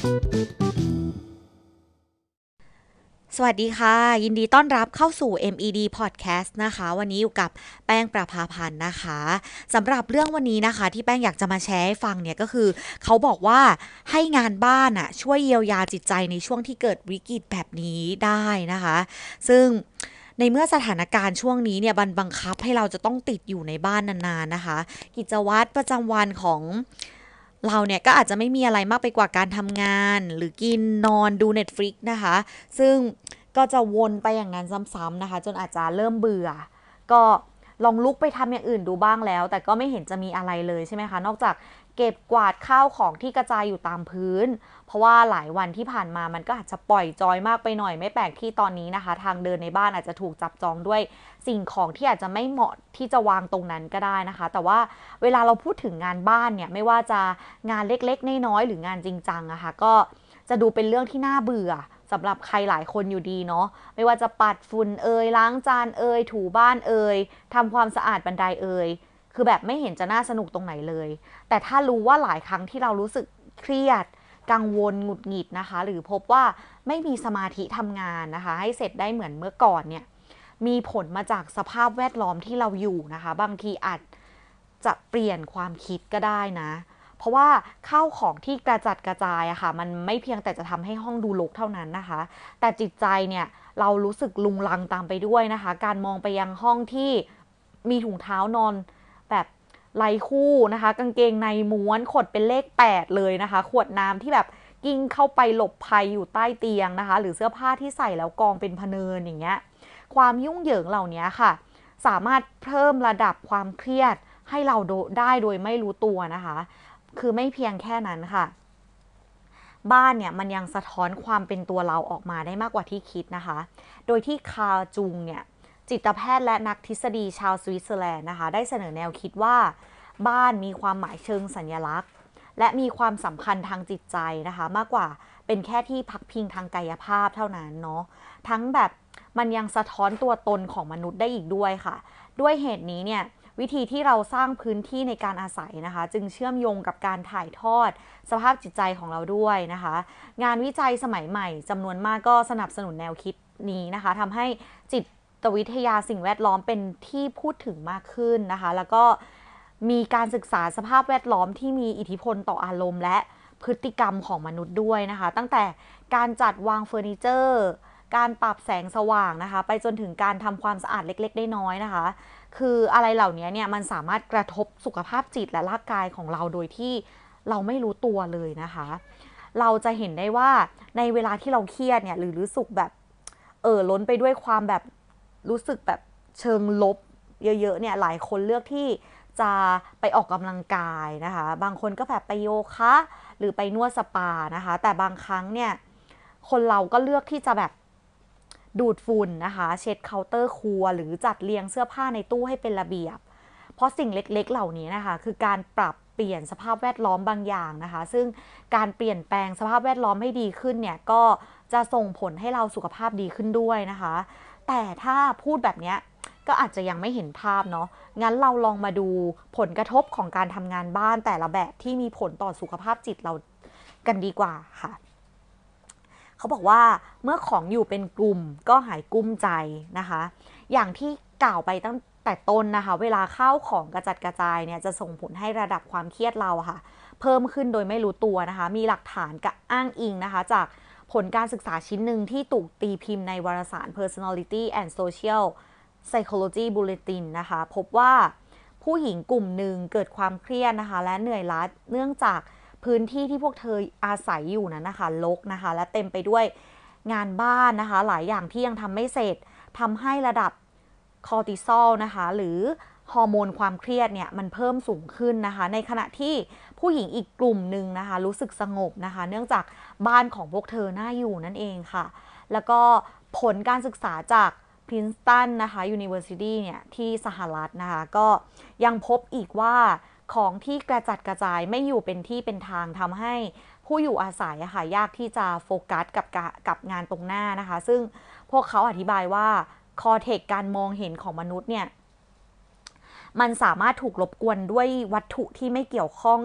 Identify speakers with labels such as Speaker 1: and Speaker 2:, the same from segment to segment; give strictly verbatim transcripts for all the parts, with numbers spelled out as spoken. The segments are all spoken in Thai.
Speaker 1: สวัสดีค่ะยินดีต้อนรับเข้าสู่ เอ็ม อี ดี Podcast นะคะวันนี้อยู่กับแป้งประภาพันธ์นะคะสำหรับเรื่องวันนี้นะคะที่แป้งอยากจะมาแชร์ให้ฟังเนี่ยก็คือเขาบอกว่าให้งานบ้านอ่ะช่วยเยียวยาจิตใจในช่วงที่เกิดวิกฤตแบบนี้ได้นะคะซึ่งในเมื่อสถานการณ์ช่วงนี้เนี่ยบันบังคับให้เราจะต้องติดอยู่ในบ้านนานๆนะคะกิจวัตรประจำวันของเราเนี่ยก็อาจจะไม่มีอะไรมากไปกว่าการทำงานหรือกินนอนดู Netflix นะคะซึ่งก็จะวนไปอย่างนั้นซ้ำๆนะคะจนอาจจะเริ่มเบื่อก็ลองลุกไปทำอย่างอื่นดูบ้างแล้วแต่ก็ไม่เห็นจะมีอะไรเลยใช่ไหมคะนอกจากเก็บกวาดข้าวของที่กระจายอยู่ตามพื้นเพราะว่าหลายวันที่ผ่านมามันก็อาจจะปล่อยจอยมากไปหน่อยไม่แปลกที่ตอนนี้นะคะทางเดินในบ้านอาจจะถูกจับจองด้วยสิ่งของที่อาจจะไม่เหมาะที่จะวางตรงนั้นก็ได้นะคะแต่ว่าเวลาเราพูดถึงงานบ้านเนี่ยไม่ว่าจะงานเล็กๆน้อยๆหรืองานจริงจังอะคะก็จะดูเป็นเรื่องที่น่าเบื่อสำหรับใครหลายคนอยู่ดีเนาะไม่ว่าจะปัดฝุ่นเอ่ยล้างจานเอ่ยถูบ้านเอ่ยทำความสะอาดบันไดเอ่ยคือแบบไม่เห็นจะน่าสนุกตรงไหนเลยแต่ถ้ารู้ว่าหลายครั้งที่เรารู้สึกเครียดกังวลหงุดหงิดนะคะหรือพบว่าไม่มีสมาธิทำงานนะคะให้เสร็จได้เหมือนเมื่อก่อนเนี่ยมีผลมาจากสภาพแวดล้อมที่เราอยู่นะคะบางทีอาจจะเปลี่ยนความคิดก็ได้นะเพราะว่าข้าวของที่กระจัดกระจายอะค่ะมันไม่เพียงแต่จะทำให้ห้องดูรกเท่านั้นนะคะแต่จิตใจเนี่ยเรารู้สึกลุงลังตามไปด้วยนะคะการมองไปยังห้องที่มีถุงเท้านอนแบบไร้คู่นะคะกางเกงในม้วนขดเป็นเลขแปดเลยนะคะขวดน้ำที่แบบกิ้งเข้าไปหลบภัยอยู่ใต้เตียงนะคะหรือเสื้อผ้าที่ใส่แล้วกองเป็นพเนินอย่างเงี้ยความยุ่งเหยิงเหล่านี้ค่ะสามารถเพิ่มระดับความเครียดให้เราได้โดยไม่รู้ตัวนะคะคือไม่เพียงแค่นั้นค่ะบ้านเนี่ยมันยังสะท้อนความเป็นตัวเราออกมาได้มากกว่าที่คิดนะคะโดยที่คาร์จุงเนี่ยจิตแพทย์และนักทฤษฎีชาวสวิตเซอร์แลนด์นะคะได้เสนอแนวคิดว่าบ้านมีความหมายเชิงสัญลักษณ์และมีความสำคัญทางจิตใจนะคะมากกว่าเป็นแค่ที่พักพิงทางกายภาพเท่านั้นเนาะทั้งแบบมันยังสะท้อนตัวตนของมนุษย์ได้อีกด้วยค่ะด้วยเหตุนี้เนี่ยวิธีที่เราสร้างพื้นที่ในการอาศัยนะคะจึงเชื่อมโยงกับการถ่ายทอดสภาพจิตใจของเราด้วยนะคะงานวิจัยสมัยใหม่จำนวนมากก็สนับสนุนแนวคิดนี้นะคะทำให้จิตวิทยาสิ่งแวดล้อมเป็นที่พูดถึงมากขึ้นนะคะแล้วก็มีการศึกษาสภาพแวดล้อมที่มีอิทธิพลต่ออารมณ์และพฤติกรรมของมนุษย์ด้วยนะคะตั้งแต่การจัดวางเฟอร์นิเจอร์การปรับแสงสว่างนะคะไปจนถึงการทำความสะอาดเล็กๆน้อยๆนะคะคืออะไรเหล่านี้เนี่ยมันสามารถกระทบสุขภาพจิตและร่างกายของเราโดยที่เราไม่รู้ตัวเลยนะคะเราจะเห็นได้ว่าในเวลาที่เราเครียดเนี่ยหรือรู้สึกแบบเออล้นไปด้วยความแบบรู้สึกแบบเชิงลบเยอะๆเนี่ยหลายคนเลือกที่จะไปออกกำลังกายนะคะบางคนก็แบบไปโยคะหรือไปนวดสปานะคะแต่บางครั้งเนี่ยคนเราก็เลือกที่จะแบบดูดฝุ่นนะคะเช็ดเคาน์เตอร์ครัวหรือจัดเรียงเสื้อผ้าในตู้ให้เป็นระเบียบเพราะสิ่งเล็กๆเหล่านี้นะคะคือการปรับเปลี่ยนสภาพแวดล้อมบางอย่างนะคะซึ่งการเปลี่ยนแปลงสภาพแวดล้อมให้ดีขึ้นเนี่ยก็จะส่งผลให้เราสุขภาพดีขึ้นด้วยนะคะแต่ถ้าพูดแบบนี้ก็อาจจะยังไม่เห็นภาพเนาะงั้นเราลองมาดูผลกระทบของการทำงานบ้านแต่ละแบบที่มีผลต่อสุขภาพจิตเรากันดีกว่าค่ะเขาบอกว่าเมื่อของอยู่เป็นกลุ่มก็หายกุ้มใจนะคะอย่างที่กล่าวไปตั้งแต่ต้นนะคะเวลาข้าวของกระจัดกระจายเนี่ยจะส่งผลให้ระดับความเครียดเราค่ะเพิ่มขึ้นโดยไม่รู้ตัวนะคะมีหลักฐานกับอ้างอิงนะคะจากผลการศึกษาชิ้นหนึ่งที่ถูกตีพิมพ์ในวารสาร Personality and Social Psychology Bulletin นะคะพบว่าผู้หญิงกลุ่มหนึ่งเกิดความเครียดนะคะและเหนื่อยล้าเนื่องจากพื้นที่ที่พวกเธออาศัยอยู่นั้นนะคะรกนะคะและเต็มไปด้วยงานบ้านนะคะหลายอย่างที่ยังทำไม่เสร็จทำให้ระดับคอร์ติซอลนะคะหรือฮอร์โมนความเครียดเนี่ยมันเพิ่มสูงขึ้นนะคะในขณะที่ผู้หญิงอีกกลุ่มหนึ่งนะคะรู้สึกสงบนะคะเนื่องจากบ้านของพวกเธอน่าอยู่นั่นเองค่ะแล้วก็ผลการศึกษาจาก Princeton นะคะ University เนี่ยที่สหรัฐนะคะก็ยังพบอีกว่าของที่กระจัดกระจายไม่อยู่เป็นที่เป็นทางทำให้ผู้อยู่อาศัยอะค่ะยากที่จะโฟกัสกับกับงานตรงหน้านะคะซึ่งพวกเขาอธิบายว่าคอเทคการมองเห็นของมนุษย์เนี่ยมันสามารถถูกรบกวนด้วยวัตถุที่ไม่เกี่ยวข้องกับ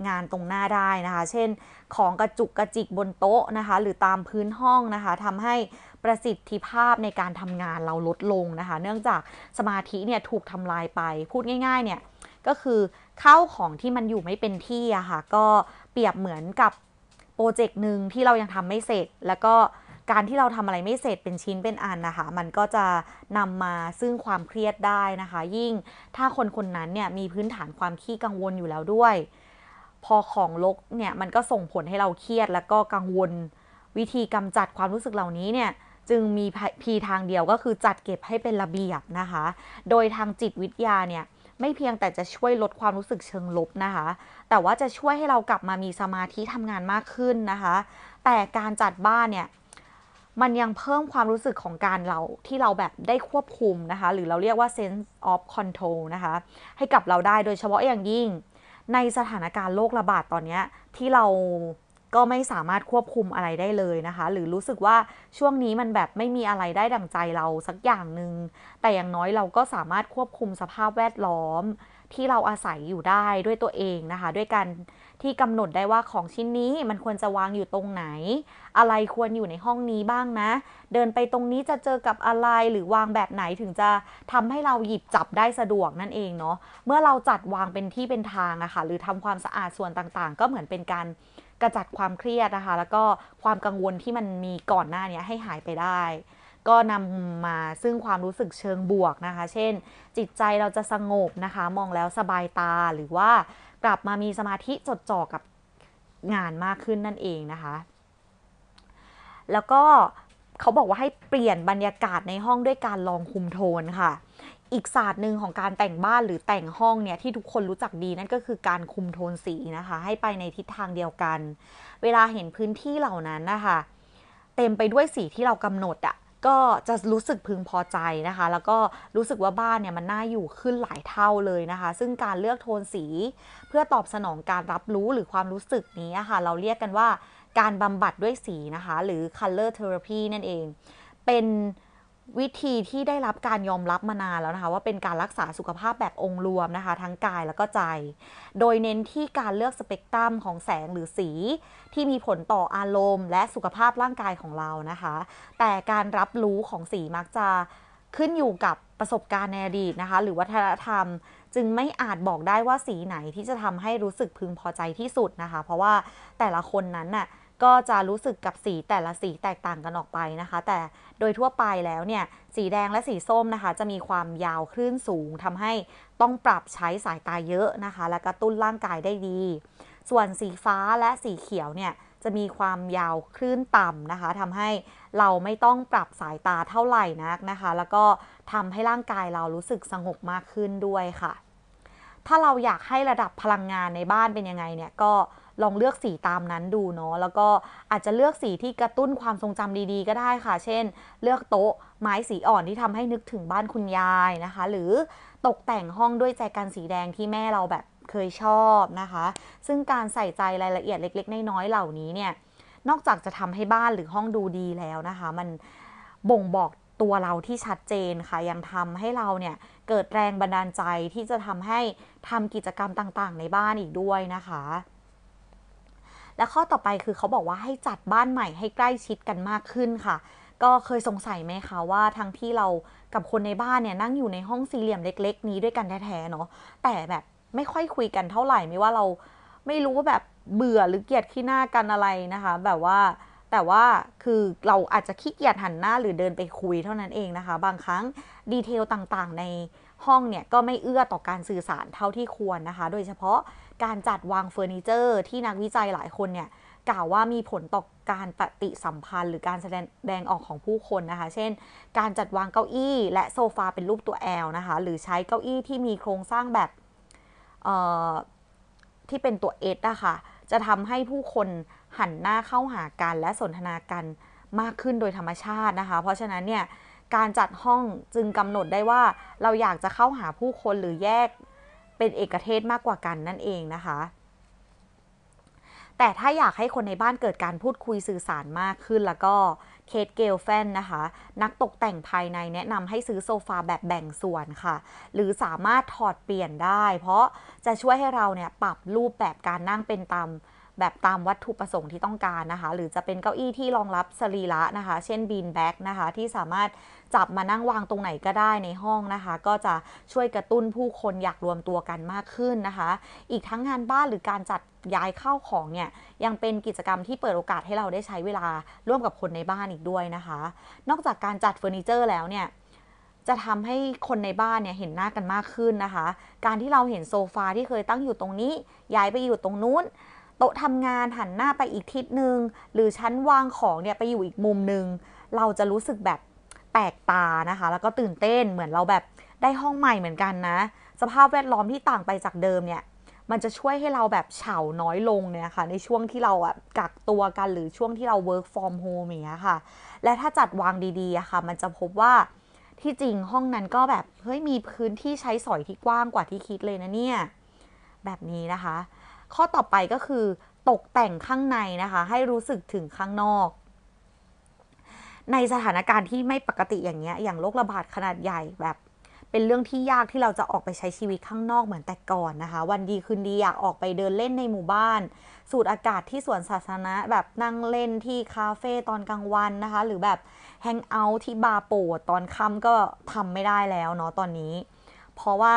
Speaker 1: งานตรงหน้าได้นะคะเช่นของกระจุกกระจิกบนโต๊ะนะคะหรือตามพื้นห้องนะคะทำให้ประสิทธิภาพในการทำงานเราลดลงนะคะเนื่องจากสมาธิเนี่ยถูกทำลายไปพูดง่ายๆเนี่ยก็คือข้าวของที่มันอยู่ไม่เป็นที่อะค่ะก็เปรียบเหมือนกับโปรเจกต์หนึ่งที่เรายังทำไม่เสร็จแล้วก็การที่เราทำอะไรไม่เสร็จเป็นชิ้นเป็นอันนะคะมันก็จะนำมาซึ่งความเครียดได้นะคะยิ่งถ้าคนคนนั้นเนี่ยมีพื้นฐานความขี้กังวลอยู่แล้วด้วยพอของรกเนี่ยมันก็ส่งผลให้เราเครียดแล้วก็กังวลวิธีกำจัดความรู้สึกเหล่านี้เนี่ยจึงมีพีทางเดียวก็คือจัดเก็บให้เป็นระเบียบนะคะโดยทางจิตวิทยาเนี่ยไม่เพียงแต่จะช่วยลดความรู้สึกเชิงลบนะคะแต่ว่าจะช่วยให้เรากลับมามีสมาธิทำงานมากขึ้นนะคะแต่การจัดบ้านเนี่ยมันยังเพิ่มความรู้สึกของการเราที่เราแบบได้ควบคุมนะคะหรือเราเรียกว่า sense of control นะคะให้กับเราได้โดยเฉพาะอย่างยิ่งในสถานการณ์โรคระบาดตอนนี้ที่เราก็ไม่สามารถควบคุมอะไรได้เลยนะคะหรือรู้สึกว่าช่วงนี้มันแบบไม่มีอะไรได้ดั่งใจเราสักอย่างหนึ่งแต่อย่างน้อยเราก็สามารถควบคุมสภาพแวดล้อมที่เราอาศัยอยู่ได้ด้วยตัวเองนะคะด้วยการที่กำหนดได้ว่าของชิ้นนี้มันควรจะวางอยู่ตรงไหนอะไรควรอยู่ในห้องนี้บ้างนะเดินไปตรงนี้จะเจอกับอะไรหรือวางแบบไหนถึงจะทำให้เราหยิบจับได้สะดวกนั่นเองเนาะเมื่อเราจัดวางเป็นที่เป็นทางอะค่ะหรือทำความสะอาดส่วนต่างๆก็เหมือนเป็นการกระจัดความเครียดนะคะแล้วก็ความกังวลที่มันมีก่อนหน้านี้ให้หายไปได้ก็นำมาซึ่งความรู้สึกเชิงบวกนะคะเช่นจิตใจเราจะสงบนะคะมองแล้วสบายตาหรือว่ากลับมามีสมาธิจดจ่อกับงานมากขึ้นนั่นเองนะคะแล้วก็เขาบอกว่าให้เปลี่ยนบรรยากาศในห้องด้วยการลองคุมโทนค่ะอีกศาสตร์หนึ่งของการแต่งบ้านหรือแต่งห้องเนี่ยที่ทุกคนรู้จักดีนั่นก็คือการคุมโทนสีนะคะให้ไปในทิศทางเดียวกันเวลาเห็นพื้นที่เหล่านั้นนะคะเต็มไปด้วยสีที่เรากำหนดอ่ะก็จะรู้สึกพึงพอใจนะคะแล้วก็รู้สึกว่าบ้านเนี่ยมันน่าอยู่ขึ้นหลายเท่าเลยนะคะซึ่งการเลือกโทนสีเพื่อตอบสนองการรับรู้หรือความรู้สึกนี้ค่ะเราเรียกกันว่าการบำบัดด้วยสีนะคะหรือ color therapy นั่นเองเป็นวิธีที่ได้รับการยอมรับมานานแล้วนะคะว่าเป็นการรักษาสุขภาพแบบองค์รวมนะคะทั้งกายแล้วก็ใจโดยเน้นที่การเลือกสเปกตรัมของแสงหรือสีที่มีผลต่ออารมณ์และสุขภาพร่างกายของเรานะคะแต่การรับรู้ของสีมักจะขึ้นอยู่กับประสบการณ์ในอดีตนะคะหรือวัฒนธรรมจึงไม่อาจบอกได้ว่าสีไหนที่จะทำให้รู้สึกพึงพอใจที่สุดนะคะเพราะว่าแต่ละคนนั้นน่ะก็จะรู้สึกกับสีแต่ละสีแตกต่างกันออกไปนะคะแต่โดยทั่วไปแล้วเนี่ยสีแดงและสีส้มนะคะจะมีความยาวคลื่นสูงทำให้ต้องปรับใช้สายตาเยอะนะคะและกระตุ้นร่างกายได้ดีส่วนสีฟ้าและสีเขียวเนี่ยจะมีความยาวคลื่นต่ำนะคะทำให้เราไม่ต้องปรับสายตาเท่าไหร่นักนะคะแล้วก็ทำให้ร่างกายเรารู้สึกสงบมากขึ้นด้วยค่ะถ้าเราอยากให้ระดับพลังงานในบ้านเป็นยังไงเนี่ยก็ลองเลือกสีตามนั้นดูเนาะแล้วก็อาจจะเลือกสีที่กระตุ้นความทรงจำดีๆก็ได้ค่ะเช่นเลือกโต๊ะไม้สีอ่อนที่ทำให้นึกถึงบ้านคุณยายนะคะหรือตกแต่งห้องด้วยแจกันสีแดงที่แม่เราแบบเคยชอบนะคะซึ่งการใส่ใจรายละเอียดเล็กๆน้อยๆเหล่านี้เนี่ยนอกจากจะทำให้บ้านหรือห้องดูดีแล้วนะคะมันบ่งบอกตัวเราที่ชัดเจนค่ะยังทำให้เราเนี่ยเกิดแรงบันดาลใจที่จะทำให้ทำกิจกรรมต่างๆในบ้านอีกด้วยนะคะและข้อต่อไปคือเขาบอกว่าให้จัดบ้านใหม่ให้ใกล้ชิดกันมากขึ้นค่ะก็เคยสงสัยไหมคะว่าทั้งที่เรากับคนในบ้านเนี่ยนั่งอยู่ในห้องสี่เหลี่ยมเล็กๆนี้ด้วยกันแท้ๆเนาะแต่แบบไม่ค่อยคุยกันเท่าไหร่ไม่ว่าเราไม่รู้ว่าแบบเบื่อหรือเกลียดขี้หน้ากันอะไรนะคะแบบว่าแต่ว่าคือเราอาจจะขี้เกียจหันหน้าหรือเดินไปคุยเท่านั้นเองนะคะบางครั้งดีเทลต่างๆในห้องเนี่ยก็ไม่เอื้อต่อการสื่อสารเท่าที่ควรนะคะโดยเฉพาะการจัดวางเฟอร์นิเจอร์ที่นักวิจัยหลายคนเนี่ยกล่าวว่ามีผลต่อการปฏิสัมพันธ์หรือการแสดงออกของผู้คนนะคะเช่นการจัดวางเก้าอี้และโซฟาเป็นรูปตัว L นะคะหรือใช้เก้าอี้ที่มีโครงสร้างแบบที่เป็นตัว S นะคะจะทำให้ผู้คนหันหน้าเข้าหากันและสนทนากันมากขึ้นโดยธรรมชาตินะคะเพราะฉะนั้นเนี่ยการจัดห้องจึงกำหนดได้ว่าเราอยากจะเข้าหาผู้คนหรือแยกเป็นเอกเทศมากกว่ากันนั่นเองนะคะแแต่ถ้าอยากให้คนในบ้านเกิดการพูดคุยสื่อสารมากขึ้นแล้วก็เคทเกลแฟนนะคะนักตกแต่งภายในแนะนำให้ซื้อโซฟาแบบแบ่งส่วนค่ะหรือสามารถถอดเปลี่ยนได้เพราะจะช่วยให้เราเนี่ยปรับรูปแบบการนั่งเป็นตามแบบตามวัตถุประสงค์ที่ต้องการนะคะหรือจะเป็นเก้าอี้ที่รองรับสรีระนะคะเช่นบีนแบ็กนะคะที่สามารถจับมานั่งวางตรงไหนก็ได้ในห้องนะคะก็จะช่วยกระตุ้นผู้คนอยากรวมตัวกันมากขึ้นนะคะอีกทั้งงานบ้านหรือการจัดย้ายเข้าของเนี่ยยังเป็นกิจกรรมที่เปิดโอกาสให้เราได้ใช้เวลาร่วมกับคนในบ้านอีกด้วยนะคะนอกจากการจัดเฟอร์นิเจอร์แล้วเนี่ยจะทำให้คนในบ้านเนี่ยเห็นหน้ากันมากขึ้นนะคะการที่เราเห็นโซฟาที่เคยตั้งอยู่ตรงนี้ย้ายไปอยู่ตรงนู้นโต๊ะทำงานหันหน้าไปอีกทิศนึงหรือชั้นวางของเนี่ยไปอยู่อีกมุมนึงเราจะรู้สึกแบบแปลกตานะคะแล้วก็ตื่นเต้นเหมือนเราแบบได้ห้องใหม่เหมือนกันนะสภาพแวดล้อมที่ต่างไปจากเดิมเนี่ยมันจะช่วยให้เราแบบเฉาน้อยลงเนี่ยค่ะในช่วงที่เราอะกักตัวกันหรือช่วงที่เรา work from home อย่างเงี้ยค่ะและถ้าจัดวางดีๆอะค่ะมันจะพบว่าที่จริงห้องนั้นก็แบบเฮ้ยมีพื้นที่ใช้สอยที่กว้างกว่าที่คิดเลยนะเนี่ยแบบนี้นะคะข้อต่อไปก็คือตกแต่งข้างในนะคะให้รู้สึกถึงข้างนอกในสถานการณ์ที่ไม่ปกติอย่างเงี้ยอย่างโรคระบาดขนาดใหญ่แบบเป็นเรื่องที่ยากที่เราจะออกไปใช้ชีวิตข้างนอกเหมือนแต่ก่อนนะคะวันดีคืนดีอยากออกไปเดินเล่นในหมู่บ้านสูดอากาศที่สวนสาธารณะแบบนั่งเล่นที่คาเฟ่ตอนกลางวันนะคะหรือแบบแฮงเอาท์ที่บาร์โปดตอนค่ำก็ทำไม่ได้แล้วเนาะตอนนี้เพราะว่า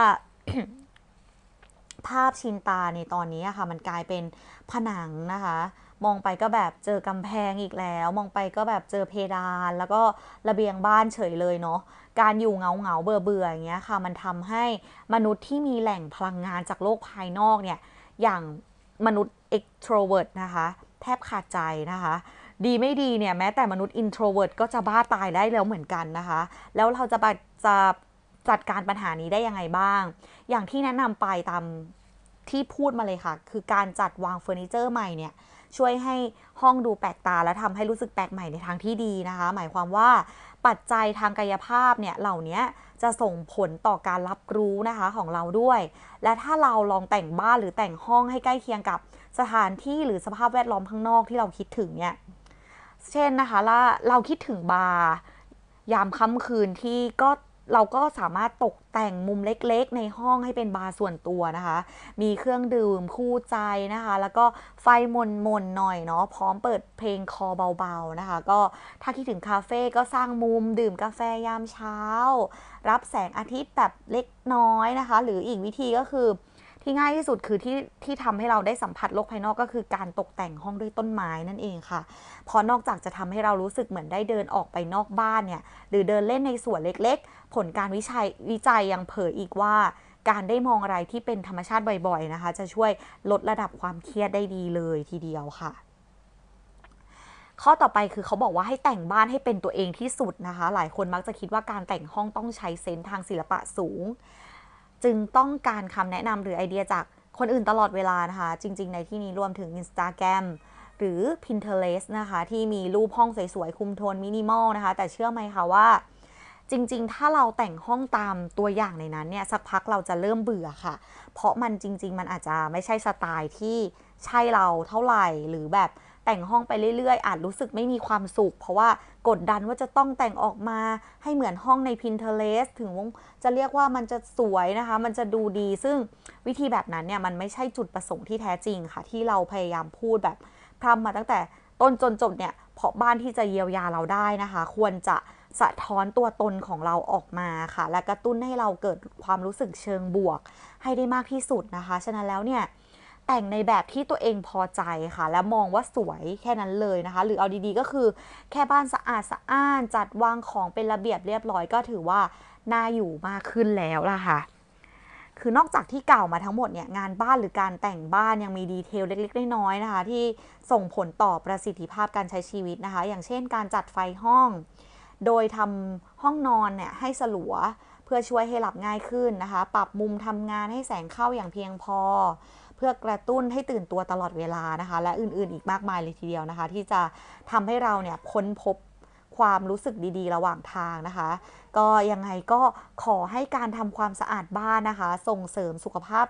Speaker 1: ภาพชินตาในตอนนี้อะค่ะมันกลายเป็นผนังนะคะมองไปก็แบบเจอกำแพงอีกแล้วมองไปก็แบบเจอเพดานแล้วก็ระเบียงบ้านเฉยเลยเนาะการอยู่เงาเงาเบื่อเบื่ออย่างเงี้ยค่ะมันทำให้มนุษย์ที่มีแหล่งพลังงานจากโลกภายนอกเนี่ยอย่างมนุษย์ extrovert นะคะแทบขาดใจนะคะดีไม่ดีเนี่ยแม้แต่มนุษย์ introvert ก็จะบ้าตายได้แล้วเหมือนกันนะคะแล้วเราจะจะจัดการปัญหานี้ได้ยังไงบ้างอย่างที่แนะนำไปตามที่พูดมาเลยค่ะคือการจัดวางเฟอร์นิเจอร์ใหม่เนี่ยช่วยให้ห้องดูแปลกตาและทำให้รู้สึกแปลกใหม่ในทางที่ดีนะคะหมายความว่าปัจจัยทางกายภาพเนี่ยเหล่านี้จะส่งผลต่อการรับรู้นะคะของเราด้วยและถ้าเราลองแต่งบ้านหรือแต่งห้องให้ใกล้เคียงกับสถานที่หรือสภาพแวดล้อมข้างนอกที่เราคิดถึงเนี่ยเช่นนะคะเราเราคิดถึงบาร์ยามค่ำคืนที่ก็เราก็สามารถตกแต่งมุมเล็กๆในห้องให้เป็นบาร์ส่วนตัวนะคะมีเครื่องดื่มคู่ใจนะคะแล้วก็ไฟมนๆหน่อยเนาะพร้อมเปิดเพลงคอเบาๆนะคะก็ถ้าคิดถึงคาเฟ่ก็สร้างมุมดื่มกาแฟยามเช้ารับแสงอาทิตย์แบบเล็กน้อยนะคะหรืออีกวิธีก็คือที่ง่ายที่สุดคือที่ที่ทำให้เราได้สัมผัสโลกภายนอกก็คือการตกแต่งห้องด้วยต้นไม้นั่นเองค่ะพอนอกจากจะทำให้เรารู้สึกเหมือนได้เดินออกไปนอกบ้านเนี่ยหรือเดินเล่นในสวนเล็กๆผลการวิจัยวิจัยยังเผยอีกว่าการได้มองอะไรที่เป็นธรรมชาติบ่อยๆนะคะจะช่วยลดระดับความเครียดได้ดีเลยทีเดียวค่ะข้อต่อไปคือเขาบอกว่าให้แต่งบ้านให้เป็นตัวเองที่สุดนะคะหลายคนมักจะคิดว่าการแต่งห้องต้องใช้เซนส์ทางศิลปะสูงจึงต้องการคำแนะนำหรือไอเดียจากคนอื่นตลอดเวลานะคะจริงๆในที่นี้รวมถึง Instagram หรือ Pinterest นะคะที่มีรูปห้องสวยๆคุมโทนมินิมอลนะคะแต่เชื่อไหมคะว่าจริงๆถ้าเราแต่งห้องตามตัวอย่างในนั้นเนี่ยสักพักเราจะเริ่มเบื่อค่ะเพราะมันจริงๆมันอาจจะไม่ใช่สไตล์ที่ใช่เราเท่าไหร่หรือแบบแต่งห้องไปเรื่อยๆอาจรู้สึกไม่มีความสุขเพราะว่ากดดันว่าจะต้องแต่งออกมาให้เหมือนห้องใน Pinterest ถึงจะเรียกว่ามันจะสวยนะคะมันจะดูดีซึ่งวิธีแบบนั้นเนี่ยมันไม่ใช่จุดประสงค์ที่แท้จริงค่ะที่เราพยายามพูดแบบพร่ำมาตั้งแต่ต้นจนจบเนี่ยเพราะบ้านที่จะเยียวยาเราได้นะคะควรจะสะท้อนตัวตนของเราออกมาค่ะและกระตุ้นให้เราเกิดความรู้สึกเชิงบวกให้ได้มากที่สุดนะคะฉะนั้นแล้วเนี่ยแต่งในแบบที่ตัวเองพอใจค่ะและมองว่าสวยแค่นั้นเลยนะคะหรือเอาดีๆก็คือแค่บ้านสะอาดสะอ้านจัดวางของเป็นระเบียบเรียบร้อยก็ถือว่าน่าอยู่มากขึ้นแล้วล่ะค่ะคือนอกจากที่กล่าวมาทั้งหมดเนี่ยงานบ้านหรือการแต่งบ้านยังมีดีเทลเล็กๆน้อยๆนะคะที่ส่งผลต่อประสิทธิภาพการใช้ชีวิตนะคะอย่างเช่นการจัดไฟห้องโดยทำห้องนอนเนี่ยให้สลัวเพื่อช่วยให้หลับง่ายขึ้นนะคะปรับมุมทำงานให้แสงเข้าอย่างเพียงพอเพื่อกระตุ้นให้ตื่นตัวตลอดเวลานะคะและอื่นๆอีกมากมายเลยทีเดียวนะคะที่จะทำให้เราเนี่ยค้นพบความรู้สึกดีๆระหว่างทางนะคะก็ยังไงก็ขอให้การทำความสะอาดบ้านนะคะส่งเสริมสุขภาพ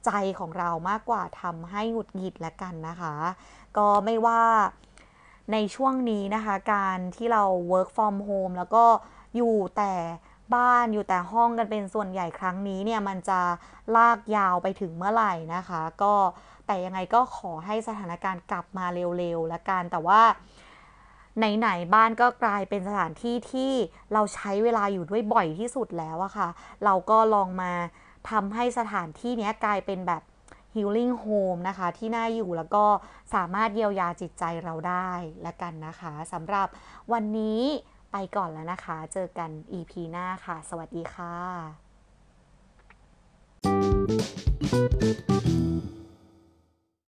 Speaker 1: ใจของเรามากกว่าทำให้หงุดหงิดละกันนะคะก็ไม่ว่าในช่วงนี้นะคะการที่เรา work from home แล้วก็อยู่แต่บ้านอยู่แต่ห้องกันเป็นส่วนใหญ่ครั้งนี้เนี่ยมันจะลากยาวไปถึงเมื่อไหร่นะคะก็แต่ยังไงก็ขอให้สถานการณ์กลับมาเร็วๆละกันแต่ว่าไหนๆบ้านก็กลายเป็นสถานที่ที่เราใช้เวลาอยู่ด้วยบ่อยที่สุดแล้วอะค่ะเราก็ลองมาทำให้สถานที่นี้กลายเป็นแบบ healing home นะคะที่น่าอยู่แล้วก็สามารถเยียวยาจิตใจเราได้ละกันนะคะสำหรับวันนี้ไปก่อนแล้วนะคะเจอกัน อี พี หน้าค่ะสวัสดีค่ะ